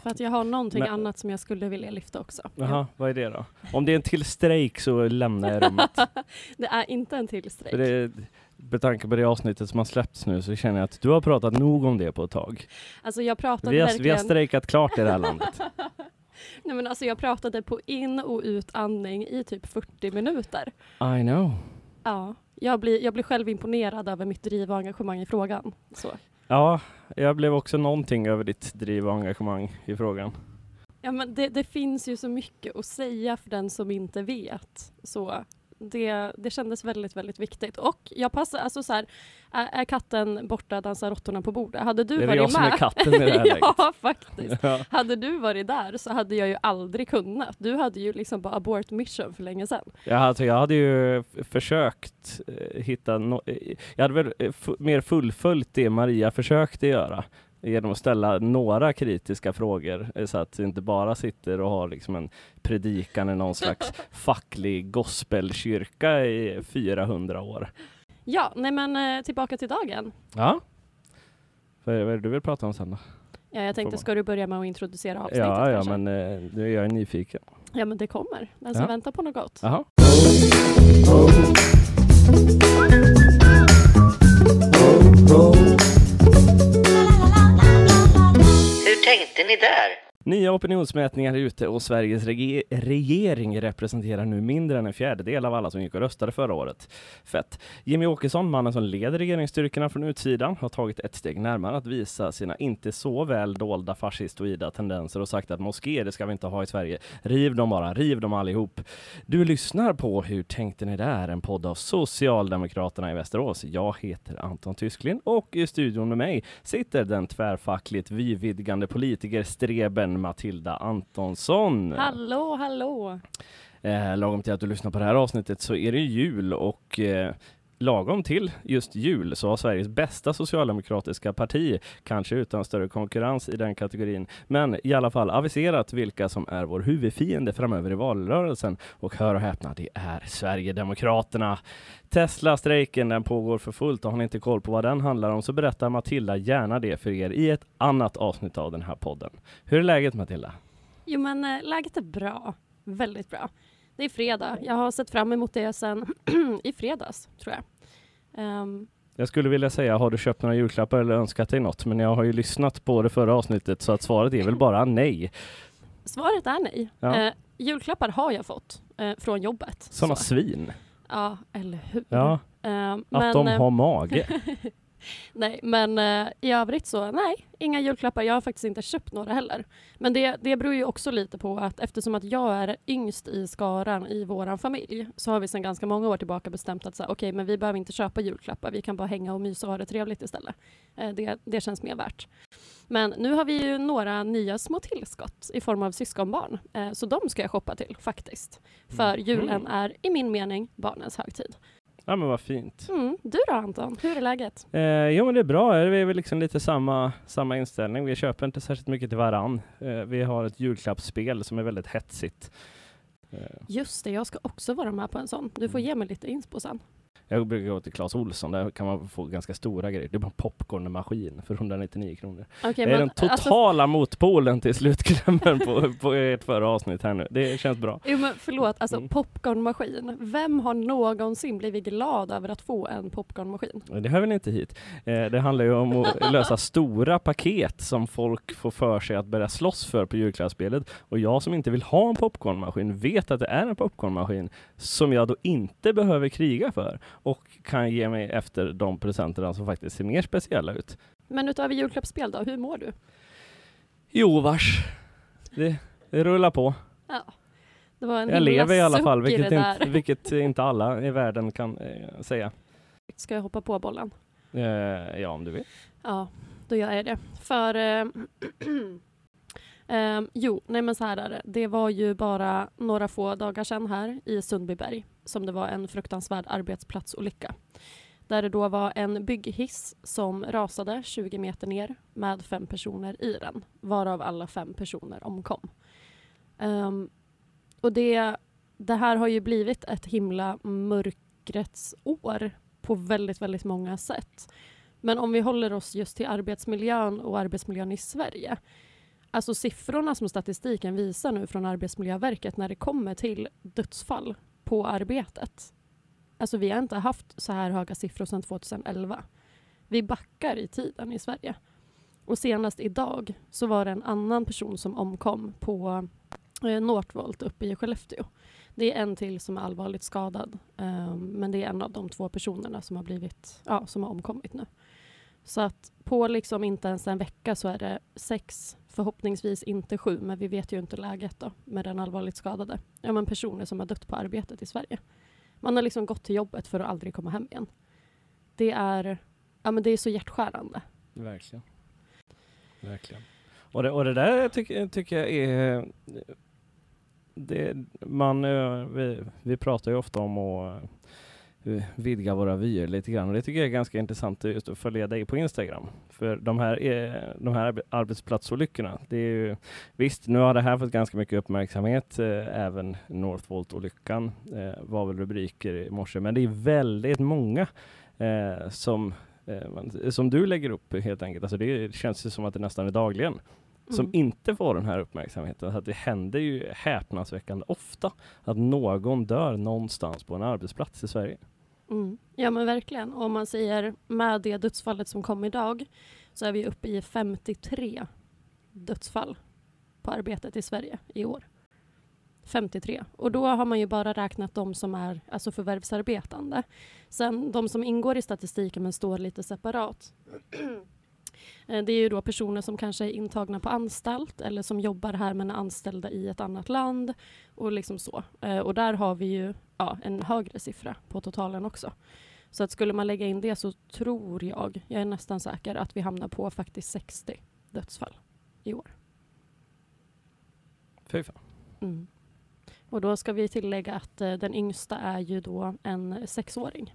För att jag har någonting annat som jag skulle vilja lyfta också. Jaha, vad är det då? Om det är en till strejk så lämnar jag rummet. Det är inte en till strejk. Med tanke på det avsnittet som har släppts nu så känner jag att du har pratat nog om det på ett tag. Alltså jag pratade vi har strejkat klart i det här landet. Nej, men alltså jag pratade på in- och utandning i typ 40 minuter. I know. Ja, jag blir själv imponerad över mitt driv och engagemang i frågan. Så. Ja, jag blev också någonting över ditt driv och engagemang i frågan. Ja, men det finns ju så mycket att säga för den som inte vet. Så det kändes väldigt, väldigt viktigt. Och jag passar, alltså så här, är katten borta, dansar råttorna på bordet. Hade du varit med? Det är jag som är katten i det här läget. Ja, faktiskt. Ja. Hade du varit där så hade jag ju aldrig kunnat. Du hade ju liksom bara abort mission för länge sedan. Jag hade ju försökt hitta... jag hade väl mer fullföljt det Maria försökte göra. Genom att ställa några kritiska frågor så att du inte bara sitter och har liksom en predikan i någon slags facklig gospelkyrka i 400 år. Ja, nej men tillbaka till dagen. Ja. Vad är det du vill prata om sen då? Ja, jag tänkte, ska du börja med att introducera avsnittet? Ja, kanske? Men nu är jag nyfiken. Ja, men det kommer. Den som väntar på något gott. Jaha. Hur tänkte ni där? Nya opinionsmätningar är ute och Sveriges regering representerar nu mindre än en fjärdedel av alla som gick och röstade förra året. Fett. Jimmy Åkesson, mannen som leder regeringsstyrkorna från utsidan, har tagit ett steg närmare att visa sina inte så väl dolda fascistoida tendenser och sagt att moskéer, det ska vi inte ha i Sverige. Riv dem allihop. Du lyssnar på Hur tänkte ni där? En podd av Socialdemokraterna i Västerås. Jag heter Anton Tysklin och i studion med mig sitter den tvärfackligt vyvidgande politikerstreben Matilda Antonsson. Hallå. Lagom till att du lyssnar på det här avsnittet så är det jul och lagom till just jul så har Sveriges bästa socialdemokratiska parti, kanske utan större konkurrens i den kategorin, men i alla fall aviserat vilka som är vår huvudfiende framöver i valrörelsen. Och hör och häpna, det är Sverigedemokraterna. Tesla-strejken, den pågår för fullt och har ni inte koll på vad den handlar om så berättar Matilda gärna det för er i ett annat avsnitt av den här podden. Hur är läget, Matilda? Jo, men läget är bra. Väldigt bra. Det är fredag. Jag har sett fram emot det sen i fredags, tror jag. Jag skulle vilja säga, har du köpt några julklappar eller önskat dig något? Men jag har ju lyssnat på det förra avsnittet så att svaret är väl bara nej. Svaret är nej. Ja. Julklappar har jag fått från jobbet. Såna svin. Ja, eller hur? Ja, att de har mage. Nej, men i övrigt så nej, inga julklappar. Jag har faktiskt inte köpt några heller. Men det beror ju också lite på att eftersom att jag är yngst i skaran i våran familj så har vi sedan ganska många år tillbaka bestämt att okej, men vi behöver inte köpa julklappar. Vi kan bara hänga och mysa och ha det trevligt istället. Det känns mer värt. Men nu har vi ju några nya små tillskott i form av syskonbarn. Så de ska jag shoppa till faktiskt. För julen är i min mening barnens högtid. Ja, men vad fint. Du då, Anton? Hur är läget? Jo, men det är bra. Vi är väl liksom lite samma inställning. Vi köper inte särskilt mycket till varann. Vi har ett julklappsspel som är väldigt hetsigt. Just det, jag ska också vara med på en sån. Du får ge mig lite inspo sen. Jag brukar gå till Clas Ohlson. Där kan man få ganska stora grejer. Det är bara en popcornmaskin för 199 kronor. Okay, det är den totala motpolen till slutklämmen på ert förra avsnitt här nu. Det känns bra. Jo, men förlåt, popcornmaskin. Vem har någonsin blivit glad över att få en popcornmaskin? Det hör väl inte hit. Det handlar ju om att lösa stora paket som folk får för sig att börja slåss för på julklappsspelet. Och jag som inte vill ha en popcornmaskin vet att det är en popcornmaskin som jag då inte behöver kriga för. Och kan ge mig efter de presenterna som faktiskt ser mer speciella ut. Men utöver julklappsspel då, hur mår du? Jo, vars. Det rullar på. Ja. Det var en jag lever i alla fall, vilket inte alla i världen kan säga. Ska jag hoppa på bollen? Ja, om du vill. Ja, då gör jag det. För men så här är det. Det var ju bara några få dagar sedan här i Sundbyberg som det var en fruktansvärd arbetsplatsolycka. Där det då var en bygghiss som rasade 20 meter ner med 5 personer i den. Varav alla 5 personer omkom. Och det här har ju blivit ett himla mörkrets år på väldigt, väldigt många sätt. Men om vi håller oss just till arbetsmiljön och arbetsmiljön i Sverige. Alltså siffrorna som statistiken visar nu från Arbetsmiljöverket när det kommer till dödsfall på arbetet. Alltså vi har inte haft så här höga siffror sedan 2011. Vi backar i tiden i Sverige. Och senast idag så var det en annan person som omkom på Northvolt uppe i Skellefteå. Det är en till som är allvarligt skadad. Men det är en av de 2 personerna som har omkommit nu. Så att på liksom inte ens en vecka så är det 6, förhoppningsvis inte 7, men vi vet ju inte läget då med den allvarligt skadade. Ja, men personer som har dött på arbetet i Sverige. Man har liksom gått till jobbet för att aldrig komma hem igen. Det är så hjärtskärande. Verkligen. Och det där tycker jag är... Vi pratar ju ofta om att vidga våra vyer lite grann. Och det tycker jag är ganska intressant just att följa dig på Instagram. För de här arbetsplatsolyckorna, det är ju, visst, nu har det här fått ganska mycket uppmärksamhet. Även Northvolt-olyckan var väl rubriker i morse. Men det är väldigt många som du lägger upp helt enkelt. Alltså det känns ju som att det nästan är dagligen. Som inte får den här uppmärksamheten. Att det händer ju häpnadsväckande ofta att någon dör någonstans på en arbetsplats i Sverige. Ja men verkligen. Och om man säger med det dödsfallet som kom idag så är vi uppe i 53 dödsfall på arbetet i Sverige i år. 53. Och då har man ju bara räknat de som är alltså förvärvsarbetande. Sen de som ingår i statistiken men står lite separat. Det är ju då personer som kanske är intagna på anstalt eller som jobbar här men är anställda i ett annat land och liksom så. Och där har vi ju en högre siffra på totalen också. Så att skulle man lägga in det så tror jag är nästan säker att vi hamnar på faktiskt 60 dödsfall i år. Fy fan. Och då ska vi tillägga att den yngsta är ju då en 6-åring.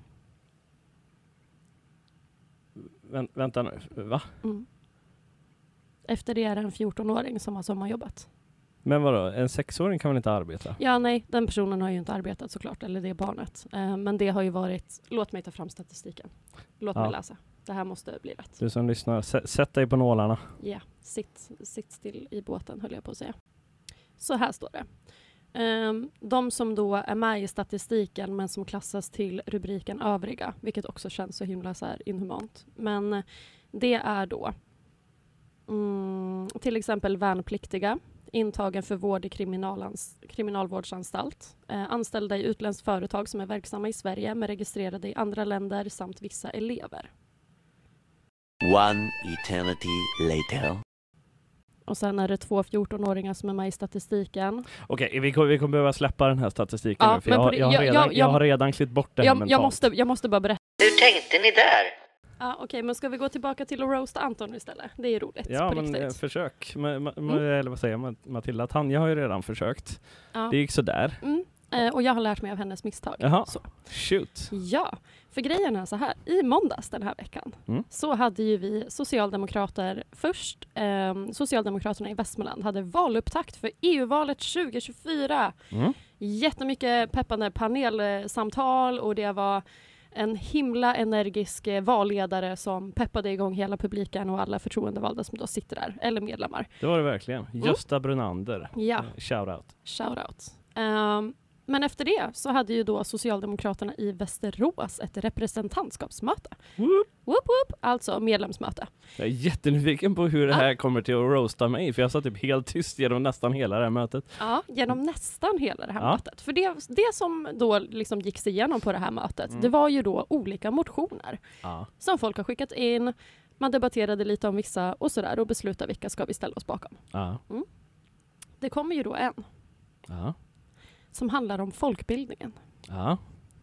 Vänta nu, va? Efter det är det en 14-åring som har sommarjobbat. Men vadå, en 6-åring kan väl inte arbeta? Ja, nej, den personen har ju inte arbetat såklart, eller det barnet. Men det har ju varit, låt mig ta fram statistiken. Låt mig läsa. Det här måste bli rätt. Du som lyssnar, sätt dig på nålarna. Ja, sitt still i båten höll jag på att säga. Så här står det. De som då är med i statistiken men som klassas till rubriken övriga, vilket också känns så himla så här inhumant. Men det är då till exempel värnpliktiga, intagen för vård i kriminalvårdsanstalt, anställda i utländskt företag som är verksamma i Sverige men registrerade i andra länder samt vissa elever. One eternity later. Och sen är det 2 14-åringar som är med i statistiken. Okej, vi kommer behöva släppa den här statistiken nu, för jag har redan klippt bort det här mentalt. Jag måste bara berätta. Hur tänkte ni där? Okej, men ska vi gå tillbaka till att roasta Anton istället? Det är roligt. Ja, på men riktigt. försök. Eller vad säger jag? Matilda, Tanja har ju redan försökt. Ja. Det gick sådär. Och jag har lärt mig av hennes misstag. Jaha, så. Shoot. Ja, för grejen är så här. I måndags den här veckan så hade ju vi socialdemokrater först. Socialdemokraterna i Västmanland hade valupptakt för EU-valet 2024. Jättemycket peppande panelsamtal och det var en himla energisk valledare som peppade igång hela publiken och alla förtroendevalda som då sitter där, eller medlemmar. Det var det verkligen. Gösta Brunander. Ja. Shout out. Men efter det så hade ju då Socialdemokraterna i Västerås ett representantskapsmöte. Woop woop, alltså medlemsmöte. Jag är jättenyfiken på hur det här kommer till att roasta mig, för jag satt typ helt tyst genom nästan hela det här mötet. Ja, genom nästan hela det här mötet. För det som då liksom gick sig igenom på det här mötet, det var ju då olika motioner som folk har skickat in. Man debatterade lite om vissa och sådär och beslutade vilka ska vi ställa oss bakom. Det kommer ju då en. Som handlar om folkbildningen. Ja.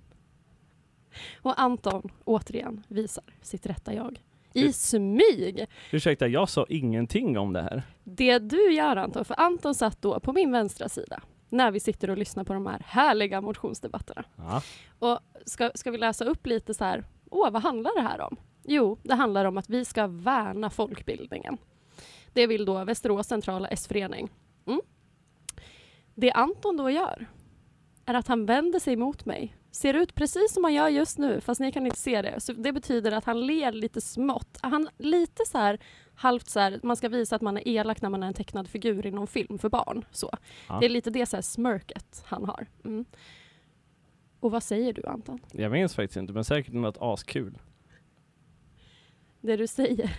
Och Anton återigen visar sitt rätta jag. I smyg. Ursäkta, jag sa ingenting om det här. Det du gör Anton, för Anton satt då på min vänstra sida när vi sitter och lyssnar på de här härliga motionsdebatterna. Ja. Och ska vi läsa upp lite så här, vad handlar det här om? Jo, det handlar om att vi ska värna folkbildningen. Det vill då Västerås centrala S-förening. Det Anton då gör är att han vänder sig mot mig. Ser ut precis som han gör just nu, fast ni kan inte se det. Så det betyder att han ler lite smått. Han lite så här halvt så här, man ska visa att man är elak när man är en tecknad figur i någon film för barn. Så. Ja. Det är lite det så här smörket han har. Mm. Och vad säger du, Anton? Jag minns faktiskt inte, men säkert något askul. Det du säger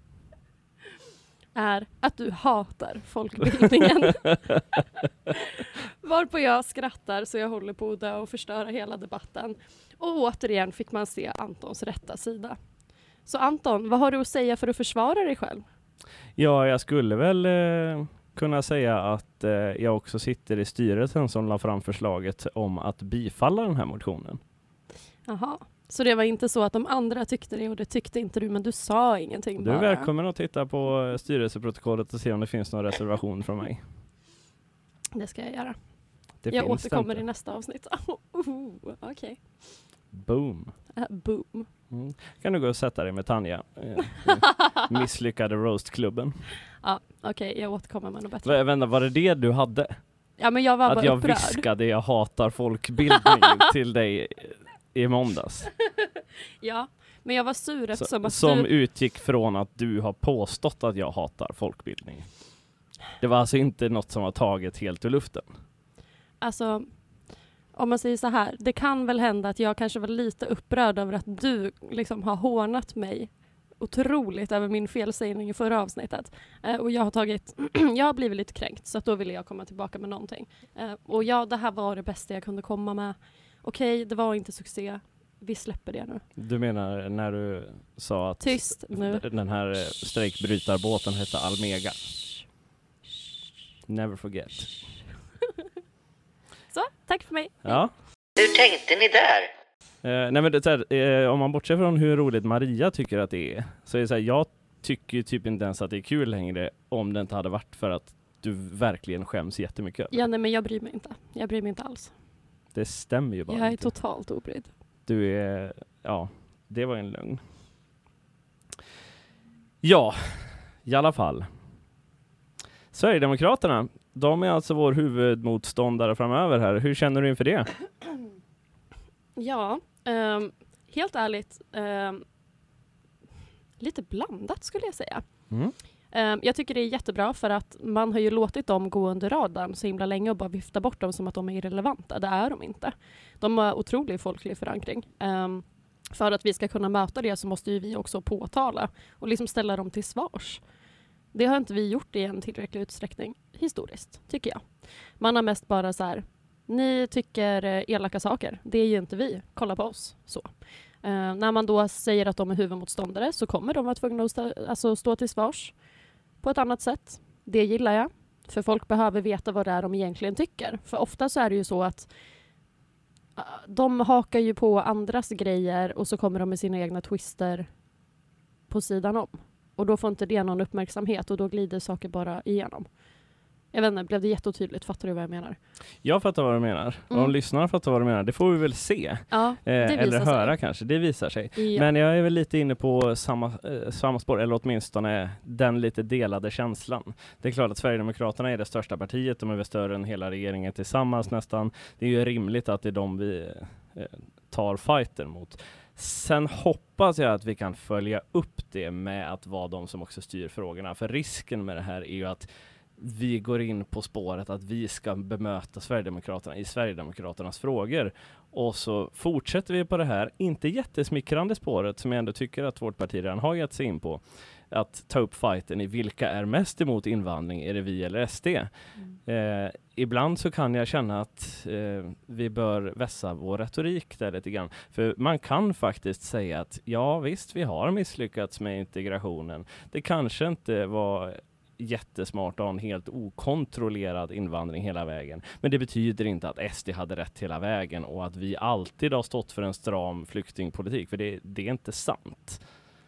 är att du hatar folkbildningen. Varpå jag skrattar så jag håller på att dö och förstöra hela debatten. Och återigen fick man se Antons rätta sida. Så Anton, vad har du att säga för att försvara dig själv? Ja, jag skulle väl kunna säga att jag också sitter i styrelsen som la fram förslaget om att bifalla den här motionen. Jaha, så det var inte så att de andra tyckte det och det tyckte inte du, men du sa ingenting Du är bara. välkommen att titta på styrelseprotokollet och se om det finns någon reservation från mig. Det ska jag göra. Det Jag finns återkommer inte. i nästa avsnitt. Okej. Boom. Boom. Mm. Kan du gå och sätta dig med Tanja? Misslyckade roastklubben. Ja, okej, jag återkommer med något bättre. Vänta, var det du hade? Ja, men jag var Att bara jag upprörd. viskade jag hatar folkbildning till dig i måndags. Ja, men jag var sur eftersom att Som du... utgick från att du har påstått att jag hatar folkbildning. Det var alltså inte något som var taget helt ur luften. Alltså, om man säger så här, det kan väl hända att jag kanske var lite upprörd över att du liksom har hånat mig otroligt över min felsägning i förra avsnittet. Och jag har blivit lite kränkt, så att då ville jag komma tillbaka med någonting. Och ja, det här var det bästa jag kunde komma med. Okej, det var inte succé. Vi släpper det nu. Du menar när du sa att Tyst nu. den här strejkbrytarbåten hette Almega? Never forget. Så, tack för mig. Ja. Hur tänkte ni där? Nej, men det är så här, om man bortser från hur roligt Maria tycker att det är, så är det så här, jag tycker typ inte ens att det är kul längre om det inte hade varit för att du verkligen skäms jättemycket över. Ja, nej, men jag bryr mig inte. Jag bryr mig inte alls. Det stämmer ju bara Jag är inte. totalt obrydd. Du är, ja, det var en lögn. Ja, i alla fall. Sverigedemokraterna, de är alltså vår huvudmotståndare framöver här. Hur känner du inför det? Ja, helt ärligt, lite blandat skulle jag säga. Mm. Jag tycker det är jättebra för att man har ju låtit dem gå under radarn så himla länge och bara vifta bort dem som att de är irrelevanta. Det är de inte. De har otrolig folklig förankring. För att vi ska kunna möta det så måste ju vi också påtala och liksom ställa dem till svars. Det har inte vi gjort i en tillräcklig utsträckning historiskt, tycker jag. Man har mest bara så här, ni tycker elaka saker. Det är ju inte vi. Kolla på oss. Så. När man då säger att de är huvudmotståndare så kommer de vara tvungna att stå till svars på ett annat sätt. Det gillar jag. För folk behöver veta vad det är de egentligen tycker. För ofta så är det ju så att de hakar ju på andras grejer och så kommer de med sina egna twister på sidan om. Och då får inte det någon uppmärksamhet och då glider saker bara igenom. Jag vet inte, blev det jättetydligt? Fattar du vad jag menar? Jag fattar vad du menar. Mm. Om lyssnarna fattar vad du menar, det får vi väl se. Ja, det Eller visar höra sig. kanske, det visar sig. Ja. Men jag är väl lite inne på samma spår, eller åtminstone den lite delade känslan. Det är klart att Sverigedemokraterna är det största partiet, de är väl större än hela regeringen tillsammans nästan. Det är ju rimligt att det är de vi tar fighten mot. Sen hoppas jag att vi kan följa upp det med att vara de som också styr frågorna. För risken med det här är ju att vi går in på spåret att vi ska bemöta Sverigedemokraterna i Sverigedemokraternas frågor. Och så fortsätter vi på det här, inte jättesmickrande spåret som jag ändå tycker att vårt parti redan har gett sig in på. Att ta upp fighten i vilka är mest emot invandring, är det vi eller SD? Ibland så kan jag känna att vi bör vässa vår retorik där lite grann. För man kan faktiskt säga att ja visst, vi har misslyckats med integrationen. Det kanske inte var jättesmart att ha en helt okontrollerad invandring hela vägen. Men det betyder inte att SD hade rätt hela vägen och att vi alltid har stått för en stram flyktingpolitik. För det är inte sant.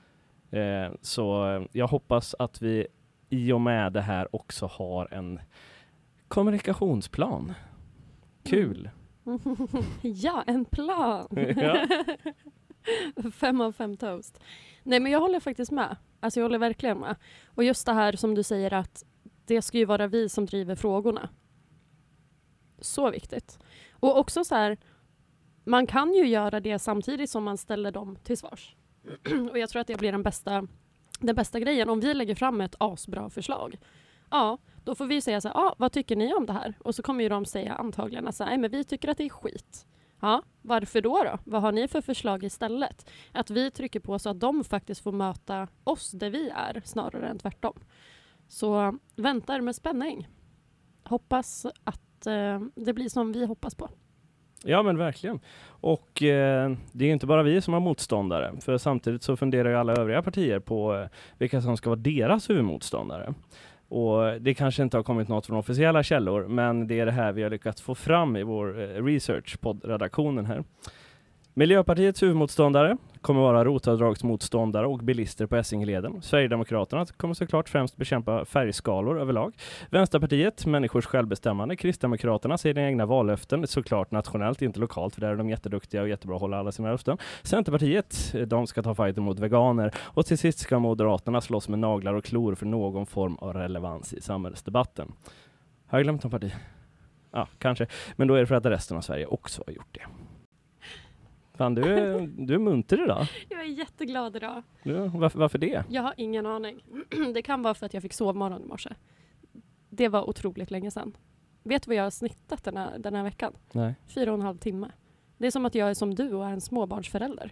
Så jag hoppas att vi i och med det här också har en kommunikationsplan. Kul! Ja, en plan. Ja. 5 av 5 toast. Nej, men jag håller faktiskt med. Alltså jag håller verkligen med. Och just det här som du säger att det ska ju vara vi som driver frågorna. Så viktigt. Och också så här, man kan ju göra det samtidigt som man ställer dem till svars. Och jag tror att det blir den bästa den bästa grejen, om vi lägger fram ett asbra förslag, ja, då får vi säga så här, vad tycker ni om det här? Och så kommer ju de säga antagligen att nej, men vi tycker att det är skit. Ja, varför då? Vad har ni för förslag istället? Att vi trycker på så att de faktiskt får möta oss där vi är, snarare än tvärtom. Så väntar med spänning. Hoppas att det blir som vi hoppas på. Ja, men verkligen. Och det är inte bara vi som har motståndare. För samtidigt så funderar ju alla övriga partier på vilka som ska vara deras huvudmotståndare. Och det kanske inte har kommit något från officiella källor, men det är det här vi har lyckats få fram i vår research på redaktionen här. Miljöpartiets huvudmotståndare kommer vara rotavdragsmotståndare och bilister på Essingeleden. Sverigedemokraterna kommer såklart främst bekämpa färgskalor överlag. Vänsterpartiet, människors självbestämmande. Kristdemokraterna ser sina egna vallöften, såklart nationellt, inte lokalt, för där är de jätteduktiga och jättebra att hålla alla sina löften. Centerpartiet, de ska ta fighten mot veganer. Och till sist ska Moderaterna slåss med naglar och klor för någon form av relevans i samhällsdebatten. Har jag glömt någon parti? Ja, kanske. Men då är det för att resten av Sverige också har gjort det. Fan, du är munter idag. Jag är jätteglad idag. Ja, varför det? Jag har ingen aning. Det kan vara för att jag fick sovmorgon i morse. Det var otroligt länge sedan. Vet du vad jag har snittat den här veckan? Nej. 4,5 timme. Det är som att jag är som du och är en småbarnsförälder.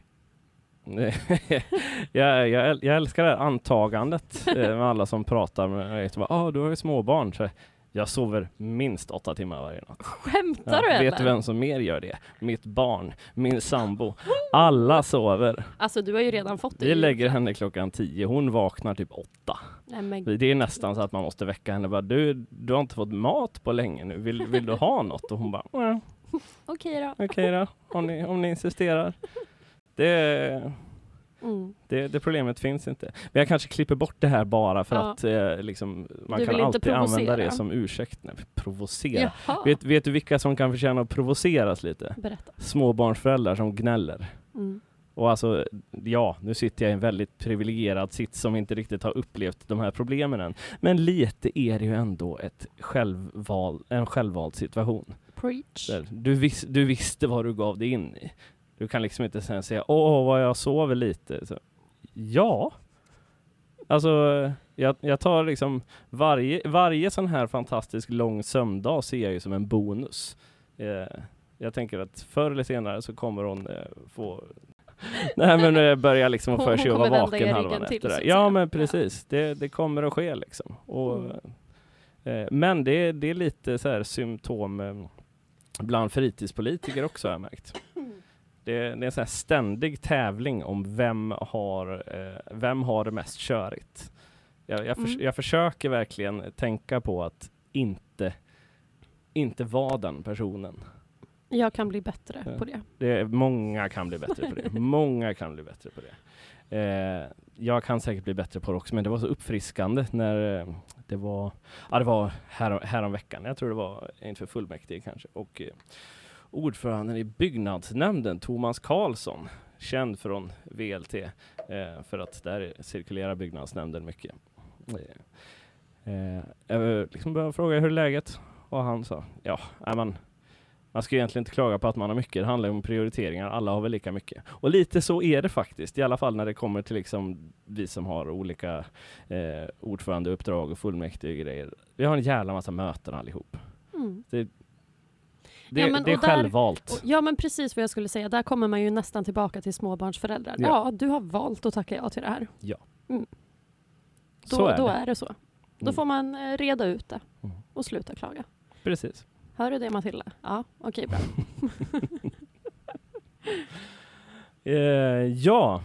jag älskar det här antagandet med alla som pratar med mig. Du har ju småbarn. Så jag sover minst 8 timmar varje natt. Skämtar du eller? Vet du vem som mer gör det? Mitt barn, min sambo. Alla sover. Alltså du har ju redan fått det. Vi lägger henne klockan 10. Hon vaknar typ 8. Nej, Det är nästan så att man måste väcka henne. Bara, du har inte fått mat på länge nu. Vill du ha något? Och hon bara, Okej då. Om ni insisterar. Det problemet finns inte. Men jag kanske klipper bort det här bara för att man kan alltid använda det som ursäkt. Nej, provocera. Vet du vilka som kan förtjäna att provoceras lite? Berätta. Småbarnsföräldrar som gnäller. Och alltså, nu sitter jag i en väldigt privilegierad sits som inte riktigt har upplevt de här problemen än. Men lite är det ju ändå en självvald situation. Preach. Du visste vad du gav dig in i. Du kan liksom inte sen säga, vad jag sover lite. Så, ja. Alltså, jag tar liksom varje sån här fantastisk lång sömndag ser jag ju som en bonus. Jag tänker att förr eller senare så kommer hon få... Nej, men börja liksom för sig att vara vaken halvan efter det. Ja, men precis. Det kommer att ske liksom. Och, men det är lite så här symptom bland fritidspolitiker också, har jag märkt. Det är en så här ständig tävling om vem har det mest körigt. Jag försöker verkligen tänka på att inte vara den personen. Jag kan bli bättre på det. Många kan bli bättre på det. Många kan bli bättre på det. Jag kan säkert bli bättre på det också, men det var så uppfriskande när det var härom veckan. Jag tror det var inför fullmäktige kanske. Och ordföranden i byggnadsnämnden, Thomas Karlsson, känd från VLT, för att där cirkulerar byggnadsnämnden mycket. Jag liksom började fråga hur läget, och han sa, man ska egentligen inte klaga på att man har mycket, det handlar om prioriteringar, alla har väl lika mycket. Och lite så är det faktiskt, i alla fall när det kommer till liksom vi som har olika ordförandeuppdrag och fullmäktige grejer. Vi har en jävla massa möten allihop. Det är självvalt. Ja, men precis vad jag skulle säga. Där kommer man ju nästan tillbaka till småbarnsföräldrar. Ja, du har valt att tacka ja till det här. Ja. Då är det så. Då får man reda ut det och sluta klaga. Precis. Hör du det, Matilda? Ja, okej, bra. Ja.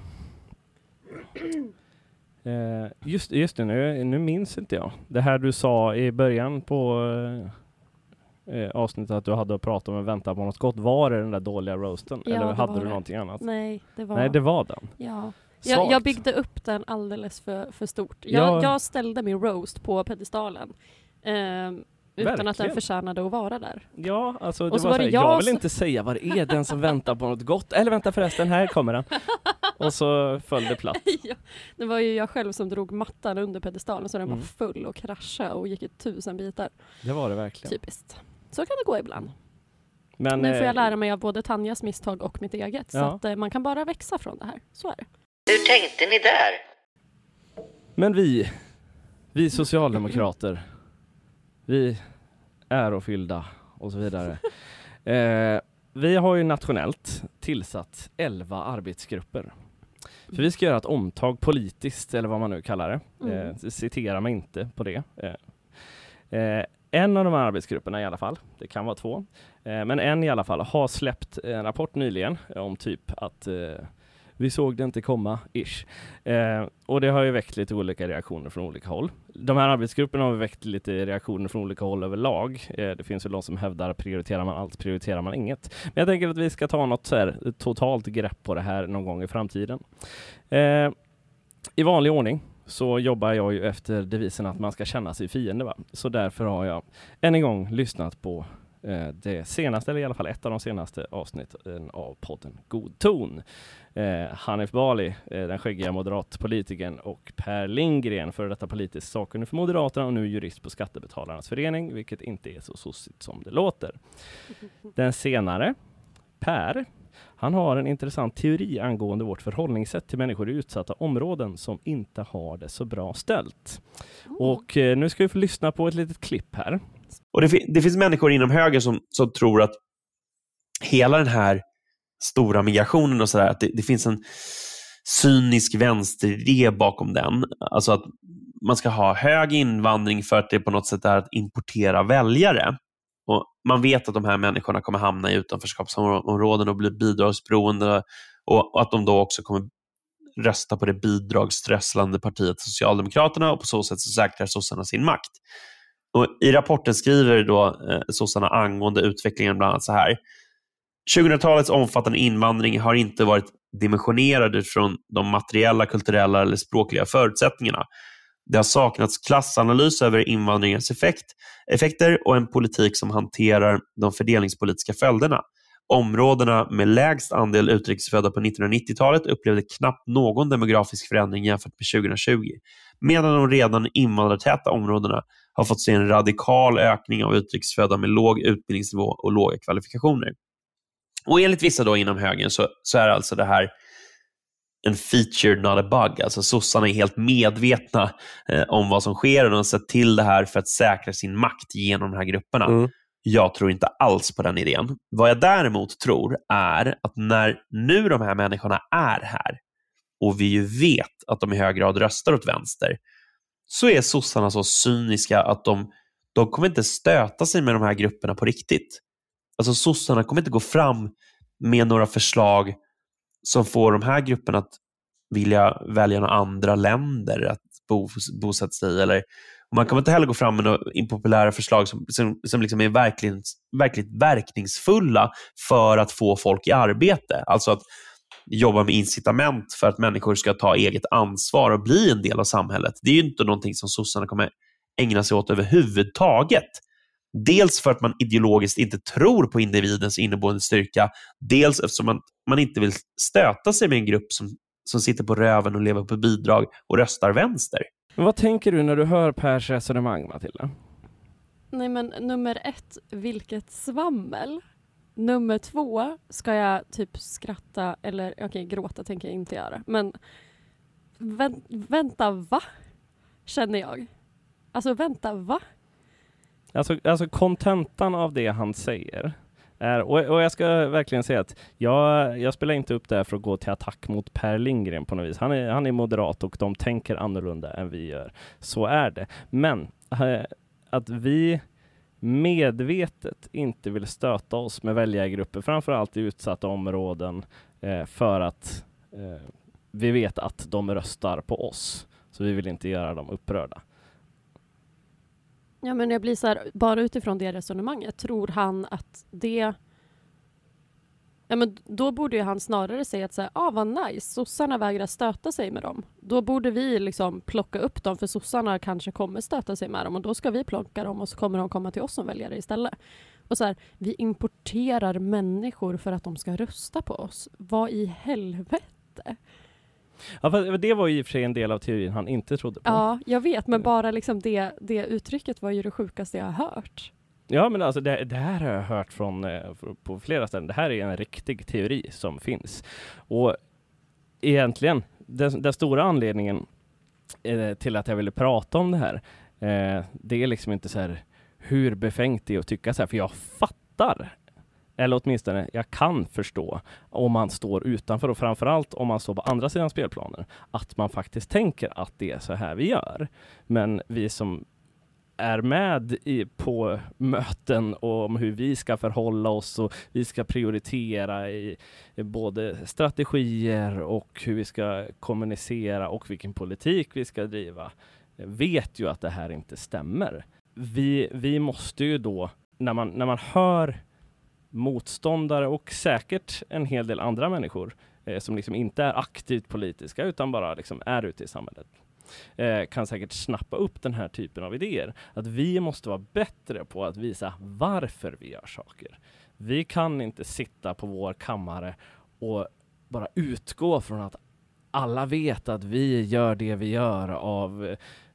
Just det, nu minns inte jag. Det här du sa i början på avsnittet att du hade att prata om att vänta på något gott. Var det den där dåliga roasten? Ja, eller hade du det. Någonting annat? Nej, det var den. Ja. Jag byggde upp den alldeles för stort. Jag ställde min roast på pedestalen. Utan att den förtjänade att vara där. Ja, alltså det var så här, jag vill inte säga vad det är, den som väntar på något gott. Eller vänta förresten, här kommer den. Och så föll det platt. Ja, det var ju jag själv som drog mattan under pedestalen så den var full och kraschade och gick i 1000 bitar. Det var det verkligen. Typiskt. Så kan det gå ibland. Men, nu får jag lära mig av både Tanjas misstag och mitt eget. Så att man kan bara växa från det här. Så är det. Hur tänkte ni där? Men vi socialdemokrater, vi ärofyllda och så vidare. Vi har ju nationellt tillsatt 11 arbetsgrupper. För vi ska göra ett omtag politiskt, eller vad man nu kallar det. Citera mig inte på det. En av de här arbetsgrupperna i alla fall, det kan vara 2, men en i alla fall har släppt en rapport nyligen om typ att vi såg det inte komma, ish. Och det har ju väckt lite olika reaktioner från olika håll. De här arbetsgrupperna har väckt lite reaktioner från olika håll överlag. Det finns ju de som hävdar prioriterar man allt, prioriterar man inget. Men jag tänker att vi ska ta något så här totalt grepp på det här någon gång i framtiden. I vanlig ordning så jobbar jag ju efter devisen att man ska känna sig fiende, va? Så därför har jag än en gång lyssnat på det senaste, eller i alla fall ett av de senaste avsnitten av podden God ton. Hanif Bali, den skäggiga moderatpolitiken, och Per Lindgren, för detta politisk sakkunnig för Moderaterna och nu jurist på Skattebetalarnas förening, vilket inte är så sossigt som det låter. Den senare, Per, han har en intressant teori angående vårt förhållningssätt till människor i utsatta områden som inte har det så bra ställt. Och nu ska vi få lyssna på ett litet klipp här. Och det finns människor inom höger som tror att hela den här stora migrationen och sådär, att det finns en cynisk vänsteridé bakom den. Alltså att man ska ha hög invandring för att det på något sätt är att importera väljare. Och man vet att de här människorna kommer hamna i utanförskapsområden och bli bidragsberoende, och att de då också kommer rösta på det bidragsströsslande partiet Socialdemokraterna, och på så sätt så säkrar sossarna sin makt. Och i rapporten skriver då sossarna angående utvecklingen bland annat så här: 2000-talets omfattande invandring har inte varit dimensionerad utifrån de materiella, kulturella eller språkliga förutsättningarna. Det har saknats klassanalys över invandringens effekter och en politik som hanterar de fördelningspolitiska följderna. Områdena med lägst andel utrikesfödda på 1990-talet upplevde knappt någon demografisk förändring jämfört med 2020, medan de redan invandrartäta områdena har fått se en radikal ökning av utrikesfödda med låg utbildningsnivå och låga kvalifikationer. Och enligt vissa då inom högern så är alltså det här en feature, not a bug. Alltså sossarna är helt medvetna om vad som sker, och de har sett till det här för att säkra sin makt genom de här grupperna. Jag tror inte alls på den idén. Vad jag däremot tror är att när nu de här människorna är här, och vi ju vet att de i hög grad röstar åt vänster, så är sossarna så cyniska att de kommer inte stöta sig med de här grupperna på riktigt. Alltså sossarna kommer inte gå fram med några förslag som får de här grupperna att vilja välja några andra länder att bosätta sig i. Eller, och man kommer inte heller gå fram med några impopulära förslag som liksom är verkligt verkningsfulla för att få folk i arbete. Alltså att jobba med incitament för att människor ska ta eget ansvar och bli en del av samhället. Det är ju inte någonting som sossarna kommer ägna sig åt överhuvudtaget. Dels för att man ideologiskt inte tror på individens inneboende styrka, dels eftersom man inte vill stöta sig med en grupp som sitter på röven och lever på bidrag och röstar vänster. Men vad tänker du när du hör Pers resonemang, Matilda? Nej, men nummer 1, vilket svammel. Nummer 2, ska jag typ skratta eller okej, gråta tänker jag inte göra. Men vänta, va? Känner jag. Alltså vänta, va? Alltså kontentan av det han säger är, och jag ska verkligen säga att jag spelar inte upp det här för att gå till attack mot Per Lindgren på något vis. Han är moderat och de tänker annorlunda än vi gör. Så är det. Men att vi medvetet inte vill stöta oss med väljargrupper, framförallt i utsatta områden, för att vi vet att de röstar på oss. Så vi vill inte göra dem upprörda. Ja, men jag blir så här, bara utifrån det resonemanget, tror han att det... Ja, men då borde ju han snarare säga att så här, vad nice, sossarna vägrar stöta sig med dem. Då borde vi liksom plocka upp dem, för sossarna kanske kommer stöta sig med dem, och då ska vi plocka dem och så kommer de komma till oss som väljare istället. Och så här, vi importerar människor för att de ska rösta på oss. Vad i helvete? Ja, det var ju i och för sig en del av teorin han inte trodde på. Ja, jag vet, men bara liksom det uttrycket var ju det sjukaste jag har hört. Ja, men alltså det här har jag hört på flera ställen. Det här är en riktig teori som finns. Och egentligen, den stora anledningen till att jag ville prata om det här. Det är liksom inte så här hur befängt det är att tycka så här, för jag fattar, eller åtminstone jag kan förstå om man står utanför, och framförallt om man står på andra sidan spelplanen, att man faktiskt tänker att det är så här vi gör. Men vi som är med på möten om hur vi ska förhålla oss och vi ska prioritera i både strategier och hur vi ska kommunicera och vilken politik vi ska driva, vet ju att det här inte stämmer. Vi måste ju då, när man hör motståndare och säkert en hel del andra människor som liksom inte är aktivt politiska utan bara liksom är ute i samhället, kan säkert snappa upp den här typen av idéer. Att vi måste vara bättre på att visa varför vi gör saker. Vi kan inte sitta på vår kammare och bara utgå från att alla vet att vi gör det vi gör av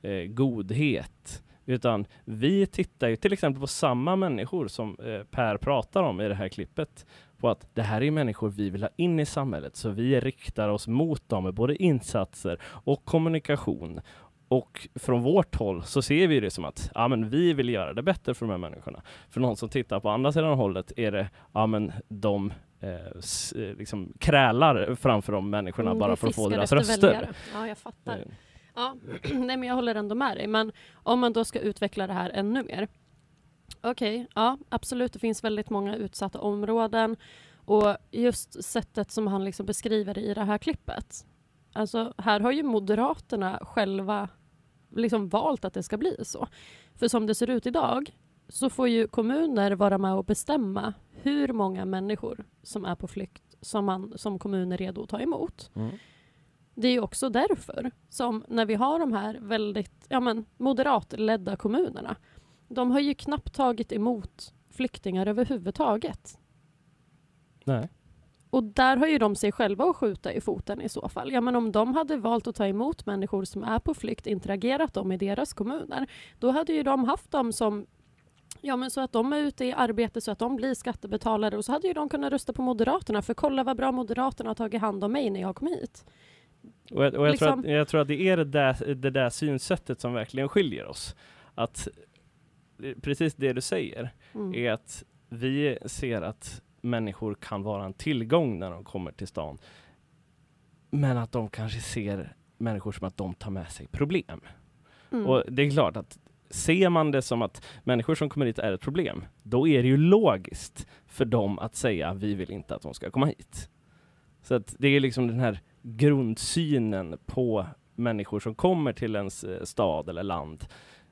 godhet. Utan vi tittar ju till exempel på samma människor som Per pratar om i det här klippet, på att det här är människor vi vill ha in i samhället, så vi riktar oss mot dem med både insatser och kommunikation. Och från vårt håll så ser vi det som att men vi vill göra det bättre för de här människorna. För någon som tittar på andra sidan hållet är det de liksom krälar framför de människorna bara för att få deras röster. Väljare. Ja, jag fattar. Ja, nej, men jag håller ändå med dig. Men om man då ska utveckla det här ännu mer. Okej, ja, absolut. Det finns väldigt många utsatta områden. Och just sättet som han liksom beskriver i det här klippet. Alltså, här har ju Moderaterna själva liksom valt att det ska bli så. För som det ser ut idag så får ju kommuner vara med och bestämma hur många människor som är på flykt som kommuner är redo att ta emot. Mm. Det är ju också därför som när vi har de här väldigt moderatledda kommunerna, de har ju knappt tagit emot flyktingar överhuvudtaget. Nej. Och där har ju de sig själva att skjuta i foten i så fall. Ja, men om de hade valt att ta emot människor som är på flykt, interagerat dem i deras kommuner, då hade ju de haft dem som så att de är ute i arbete, så att de blir skattebetalare, och så hade ju de kunnat rösta på Moderaterna, för kolla vad bra Moderaterna har tagit hand om mig när jag kom hit. Och jag tror att det är det där synsättet som verkligen skiljer oss. Att precis det du säger är att vi ser att människor kan vara en tillgång när de kommer till stan. Men att de kanske ser människor som att de tar med sig problem. Och det är klart att ser man det som att människor som kommer hit är ett problem, då är det ju logiskt för dem att säga vi vill inte att de ska komma hit. Så att det är liksom den här grundsynen på människor som kommer till ens stad eller land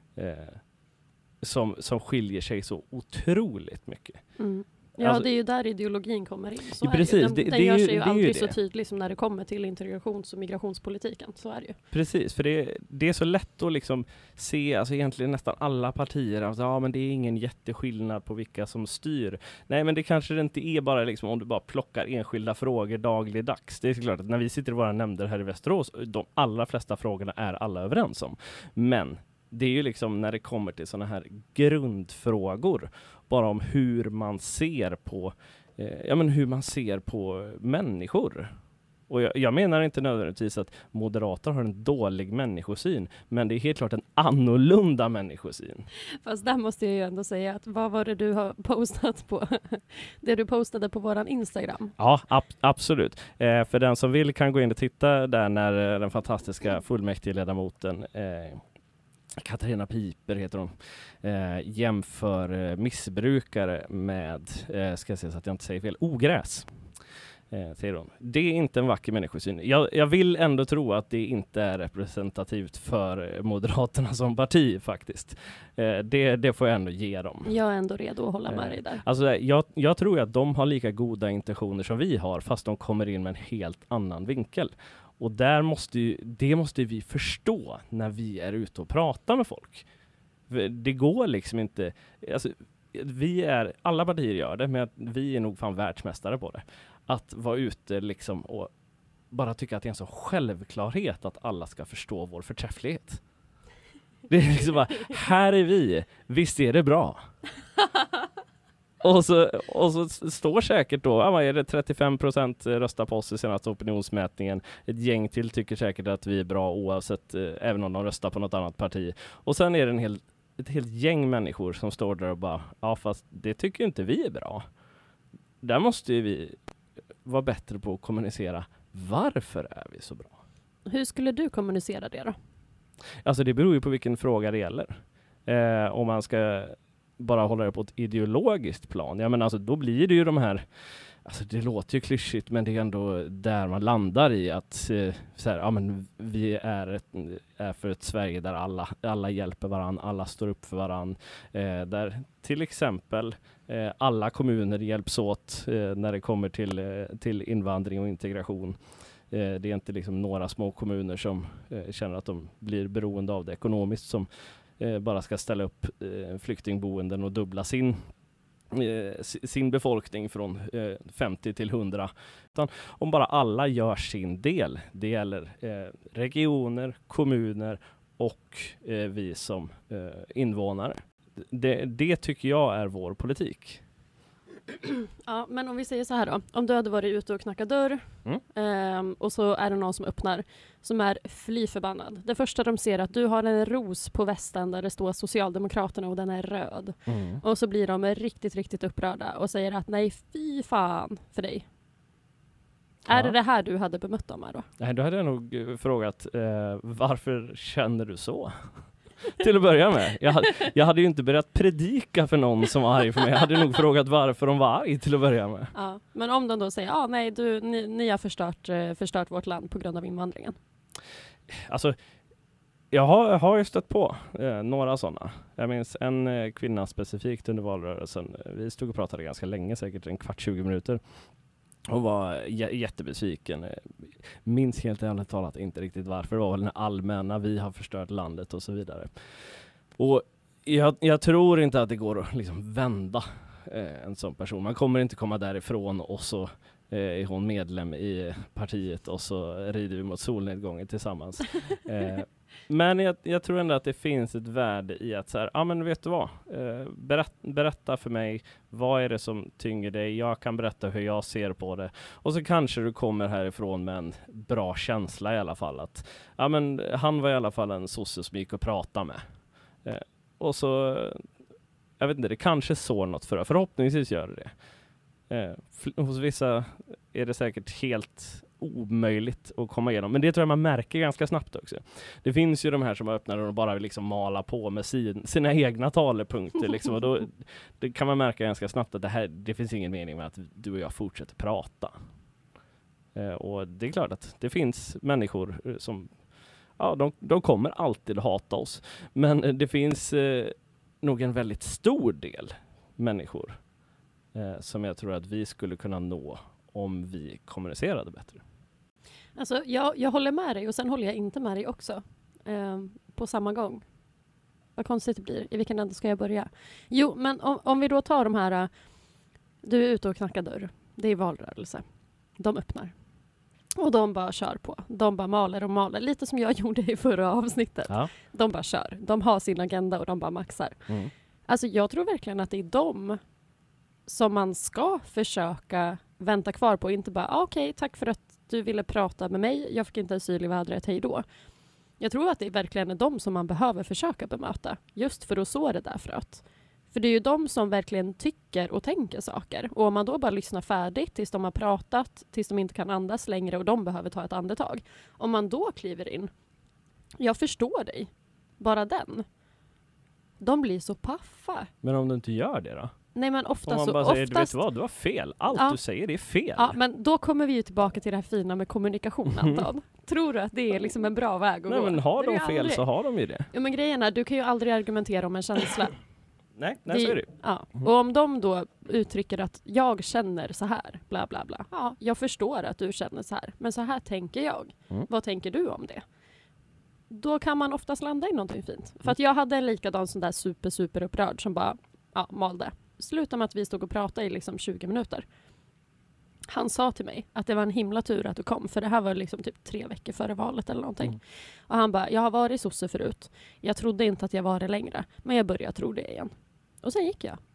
som skiljer sig så otroligt mycket. Ja, alltså, det är ju där ideologin kommer in. Så ja, precis. Den gör sig ju aldrig så tydlig som när det kommer till integrations- och migrationspolitiken. Så är det ju. Precis, för det är så lätt att liksom se, alltså egentligen nästan alla partier, alltså, men det är ingen jätteskillnad på vilka som styr. Nej, men det kanske det inte är bara liksom, om du bara plockar enskilda frågor dagligdags. Det är klart att när vi sitter i våra nämnder här i Västerås, de allra flesta frågorna är alla överens om. Men det är ju liksom när det kommer till såna här grundfrågor, bara om hur man ser på hur man ser på människor. Och jag menar inte nödvändigtvis att moderater har en dålig människosyn, men det är helt klart en annorlunda människosyn. Fast där måste jag ju ändå säga att vad var det du har postat på? Det du postade på våran Instagram. Ja, absolut. För den som vill kan gå in och titta där när den fantastiska fullmäktigeledamoten Katarina Piper heter hon, jämför missbrukare med, ska jag säga så att jag inte säger fel, ogräs. Säger hon. Det är inte en vacker människosyn. Jag vill ändå tro att det inte är representativt för Moderaterna som parti faktiskt. Det får jag ändå ge dem. Jag är ändå redo att hålla med dig där. Alltså, jag tror att de har lika goda intentioner som vi har, fast de kommer in med en helt annan vinkel. Och det måste vi förstå när vi är ute och pratar med folk. Det går liksom inte, alltså, alla partier gör det, men vi är nog fan världsmästare på det. Att vara ute liksom och bara tycka att det är en så självklarhet att alla ska förstå vår förträfflighet. Det är liksom bara, här är vi, visst är det bra. Och så står säkert då, vad är det, 35% röstar på oss i senaste opinionsmätningen. Ett gäng till tycker säkert att vi är bra oavsett, även om de röstar på något annat parti. Och sen är det ett helt gäng människor som står där och bara, ja fast det tycker inte vi är bra. Där måste ju vi vara bättre på att kommunicera. Varför är vi så bra? Hur skulle du kommunicera det då? Alltså det beror ju på vilken fråga det gäller. Om man ska bara hålla det på ett ideologiskt plan. Ja, men alltså, då blir det ju de här, alltså det låter ju klyschigt, men det är ändå där man landar i att så här, ja, men vi är för ett Sverige där alla hjälper varandra, alla står upp för varandra. Där till exempel alla kommuner hjälps åt när det kommer till invandring och integration. Det är inte liksom några små kommuner som känner att de blir beroende av det ekonomiskt som bara ska ställa upp flyktingboenden och dubbla sin befolkning från 50 till 100. Utan om bara alla gör sin del, det gäller regioner, kommuner och vi som invånare. Det tycker jag är vår politik. Ja, men om vi säger så här då. Om du hade varit ute och knackat dörr och så är det någon som öppnar som är fly förbannad. Det första de ser är att du har en ros på västen där det står Socialdemokraterna och den är röd. Och så blir de riktigt, riktigt upprörda och säger att nej, fy fan för dig. Ja. Är det här du hade bemött dem här då? Nej, då hade jag nog frågat varför känner du så? Till att börja med. Jag hade ju inte börjat predika för någon som var arg för mig. Jag hade nog frågat varför de var arg till att börja med. Ja, men om de då säger, nej, ni har förstört vårt land på grund av invandringen. Alltså, jag har ju stött på några sådana. Jag minns en kvinna specifikt under valrörelsen. Vi stod och pratade ganska länge, säkert 15-20 minuter. Hon var jättebesviken. Minns helt ärligt talat inte riktigt varför. Det var väl den allmänna, vi har förstört landet och så vidare. Och jag tror inte att det går att liksom vända en sån person. Man kommer inte komma därifrån och så är hon medlem i partiet och så rider vi mot solnedgången tillsammans. Men jag tror ändå att det finns ett värde i att så här, men vet du vad? Berätta för mig, vad är det som tynger dig? Jag kan berätta hur jag ser på det. Och så kanske du kommer härifrån med en bra känsla i alla fall. Att men han var i alla fall en sosse som gick och prata med. Och så, jag vet inte, det kanske sår något förhoppningsvis gör det. Hos vissa är det säkert helt omöjligt att komma igenom. Men det tror jag man märker ganska snabbt också. Det finns ju de här som öppnar och bara vill liksom mala på med sina egna talepunkter. Liksom, och då det kan man märka ganska snabbt att det finns ingen mening med att du och jag fortsätter prata. Och det är klart att det finns människor som de kommer alltid hata oss. Men det finns nog en väldigt stor del människor som jag tror att vi skulle kunna nå om vi kommunicerade bättre. Alltså, jag håller med dig och sen håller jag inte med dig också. På samma gång. Vad konstigt det blir. I vilken ände ska jag börja? Jo, men om vi då tar de här... Du är ute och knackar dörr. Det är valrörelse. De öppnar. Och de bara kör på. De bara maler och maler. Lite som jag gjorde i förra avsnittet. Ja. De bara kör. De har sin agenda och de bara maxar. Alltså jag tror verkligen att det är de som man ska försöka vänta kvar på. Inte bara, okej, tack för att du ville prata med mig. Jag fick inte asyl i vädret, hej då. Jag tror att det verkligen är de som man behöver försöka bemöta. Just för att så det där fröt. För det är ju de som verkligen tycker och tänker saker. Och om man då bara lyssnar färdigt tills de har pratat, tills de inte kan andas längre och de behöver ta ett andetag. Om man då kliver in, jag förstår dig. Bara den. De blir så paffa. Men om du inte gör det då? Nej, men oftast... Om man bara säger, du vet vad, du har fel. Allt du säger, det är fel. Ja, men då kommer vi ju tillbaka till det här fina med kommunikation, Anton. Tror du att det är liksom en bra väg att gå? Nej, men har de fel så har de ju det. Ja, men grejen är, du kan ju aldrig argumentera om en känsla. Nej, så är det. Ja. Och om de då uttrycker att jag känner så här, bla bla bla. Ja, jag förstår att du känner så här. Men så här tänker jag. Vad tänker du om det? Då kan man oftast landa i någonting fint. För att jag hade en likadan sån där super upprörd som bara malde. Sluta med att vi stod och pratade i liksom 20 minuter. Han sa till mig att det var en himla tur att du kom. För det här var liksom typ 3 veckor före valet eller någonting. Och han bara, jag har varit sosse förut. Jag trodde inte att jag var det längre. Men jag började tro det igen. Och sen gick jag.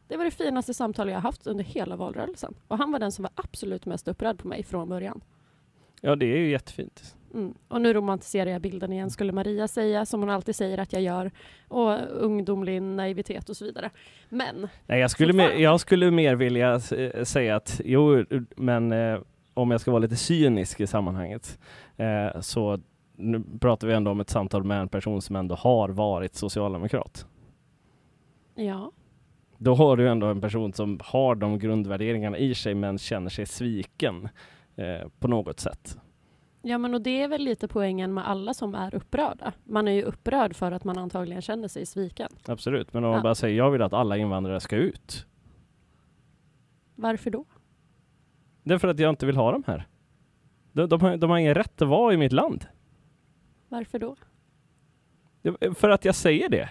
Det var det finaste samtal jag haft under hela valrörelsen. Och han var den som var absolut mest upprörd på mig från början. Ja, det är ju jättefint. Och nu romantiserar jag bilden igen, skulle Maria säga, som hon alltid säger att jag gör. Och ungdomlig naivitet och så vidare. Men... Nej, jag skulle mer vilja säga att men om jag ska vara lite cynisk i sammanhanget så nu pratar vi ändå om ett samtal med en person som ändå har varit socialdemokrat. Ja. Då har du ändå en person som har de grundvärderingarna i sig men känner sig sviken på något sätt. Ja, men och det är väl lite poängen med alla som är upprörda. Man är ju upprörd för att man antagligen känner sig sviken. Absolut, men om man bara säger jag vill att alla invandrare ska ut. Varför då? Det är för att jag inte vill ha dem här. De har ingen rätt att vara i mitt land. Varför då? För att jag säger det.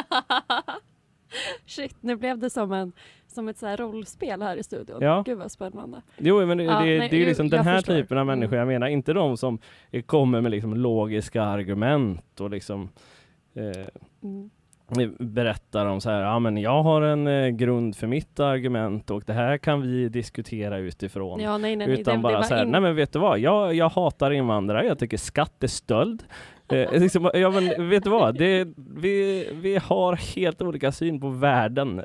Shit, nu blev det som ett så här rollspel här i studion. Ja. Gud vad spännande. Jo, men det är ju liksom den här förstår. typen av människor jag menar. Inte de som kommer med liksom logiska argument och liksom berättar om så här, ja men jag har en grund för mitt argument och det här kan vi diskutera utifrån. Ja, nej, utan bara så här, nej men vet du vad, jag hatar invandrare, jag tycker skatt är stöld. Liksom, ja men vet du vad, vi har helt olika syn på världen.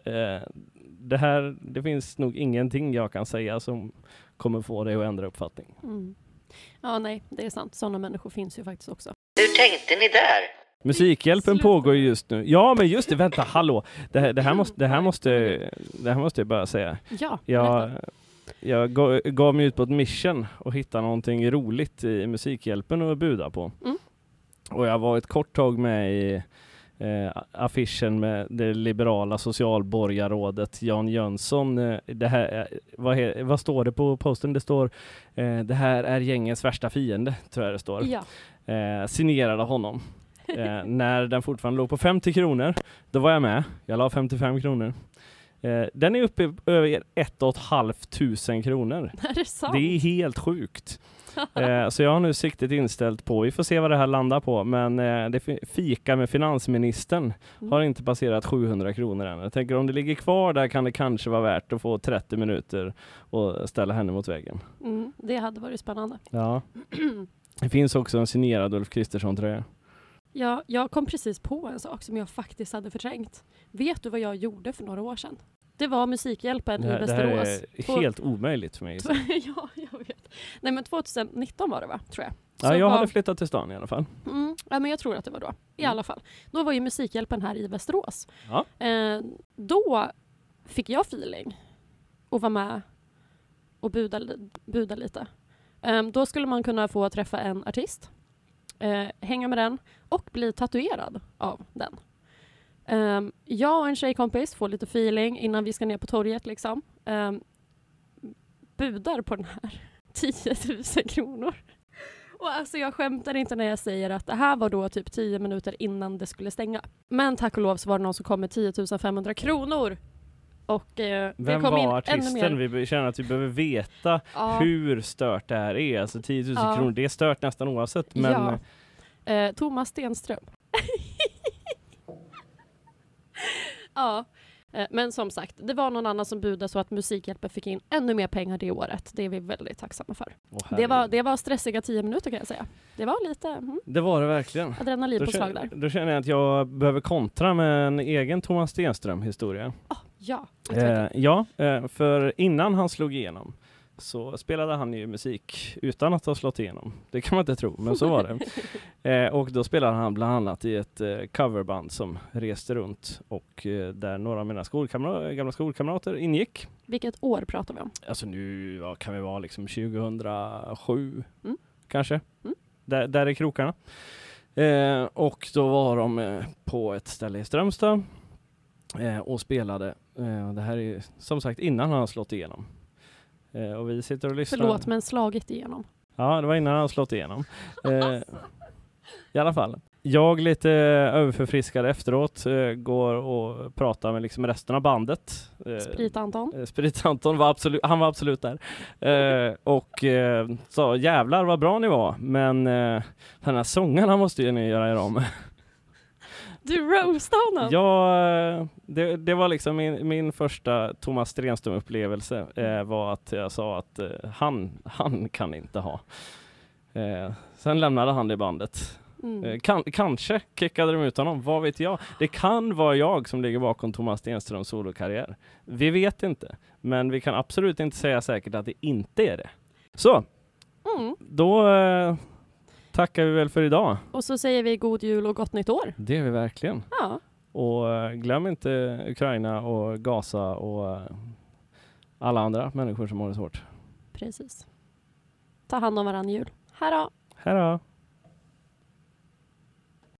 Det finns nog ingenting jag kan säga som kommer få dig att ändra uppfattning. Ja, nej, det är sant. Sådana människor finns ju faktiskt också. Hur tänkte ni där? Musikhjälpen pågår just nu. Ja, men just det, vänta, hallå. Det här måste jag bara säga. Ja, jag gav mig ut på ett mission och hittade någonting roligt i Musikhjälpen att buda på. Och jag var ett kort tag med i affischen med det liberala socialborgarrådet Jan Jönsson. Det här, vad står det på posten? Det står det här är gängens värsta fiende, tror jag det står. Ja. Signerade honom. När den fortfarande låg på 50 kronor, då var jag med. Jag la 55 kronor. Den är uppe över 1 500 kronor. Är det sant? Det är helt sjukt. Så jag har nu siktet inställt på, vi får se vad det här landar på, men det fika med finansministern har inte passerat 700 kronor än. Jag tänker om det ligger kvar där kan det kanske vara värt att få 30 minuter och ställa henne mot väggen. Det hade varit spännande. Ja. Det finns också en signerad Ulf Kristersson-tröja. Ja, jag kom precis på en sak som jag faktiskt hade förträngt. Vet du vad jag gjorde för några år sedan? Det var Musikhjälpen i Västerås. Det här är helt omöjligt för mig. Ja, jag vet. Nej, men 2019 var det, va? Tror jag. Ja, jag hade flyttat till stan i alla fall. Ja, men jag tror att det var då. I alla fall. Då var ju Musikhjälpen här i Västerås. Ja. Då fick jag feeling och vara med och buda lite. Då skulle man kunna få träffa en artist, hänga med den och bli tatuerad av den. Jag och en tjejkompis får lite feeling innan vi ska ner på torget liksom. Budar på den här 10 000 kronor. Och alltså jag skämtar inte när jag säger att det här var då typ 10 minuter innan det skulle stänga. Men tack och lov så var det någon som kom med 10 500 kronor. Och vem kom var in artisten? Vi känner att vi behöver veta hur stört det här är. Alltså 10 000 kronor, det är stört nästan oavsett. Men... Ja. Thomas Stenström. Ja, men som sagt, det var någon annan som budade så att Musikhjälpen fick in ännu mer pengar det året. Det är vi väldigt tacksamma för. Det var stressiga 10 minuter kan jag säga. Det var lite det var det verkligen. Adrenalinpåslag där. Då känner jag att jag behöver kontra med en egen Thomas Stenström-historia. Ja. För innan han slog igenom så spelade han ju musik utan att ha slått igenom. Det kan man inte tro, men så var det. Och då spelade han bland annat i ett coverband som reste runt och där några av mina gamla skolkamrater ingick. Vilket år pratar vi om? Alltså nu kan vi vara liksom 2007 kanske. Där är krokarna. Och då var de på ett ställe i Strömstad och spelade. Det här är som sagt innan han har slått igenom. Och vi sitter och lyssnar. Förlåt, men slagit igenom. Ja, det var innan han slått igenom. I alla fall. Jag lite överförfriskad efteråt går och pratar med liksom resten av bandet. Sprit-Anton. Sprit-Anton var absolut där. Och sa, jävlar vad bra ni var. Men den här sången måste ju ni göra er om. Du roastade honom? Ja, det var liksom min första Thomas Stenström-upplevelse var att jag sa att han kan inte ha. Sen lämnade han det bandet. Kanske kickade de ut honom, vad vet jag. Det kan vara jag som ligger bakom Thomas Stenströms solokarriär. Vi vet inte, men vi kan absolut inte säga säkert att det inte är det. Så, då tackar vi väl för idag. Och så säger vi god jul och gott nytt år. Det är vi verkligen. Ja. Och glöm inte Ukraina och Gaza och alla andra människor som har det svårt. Precis. Ta hand om varandra jul. Hej då! Hej då!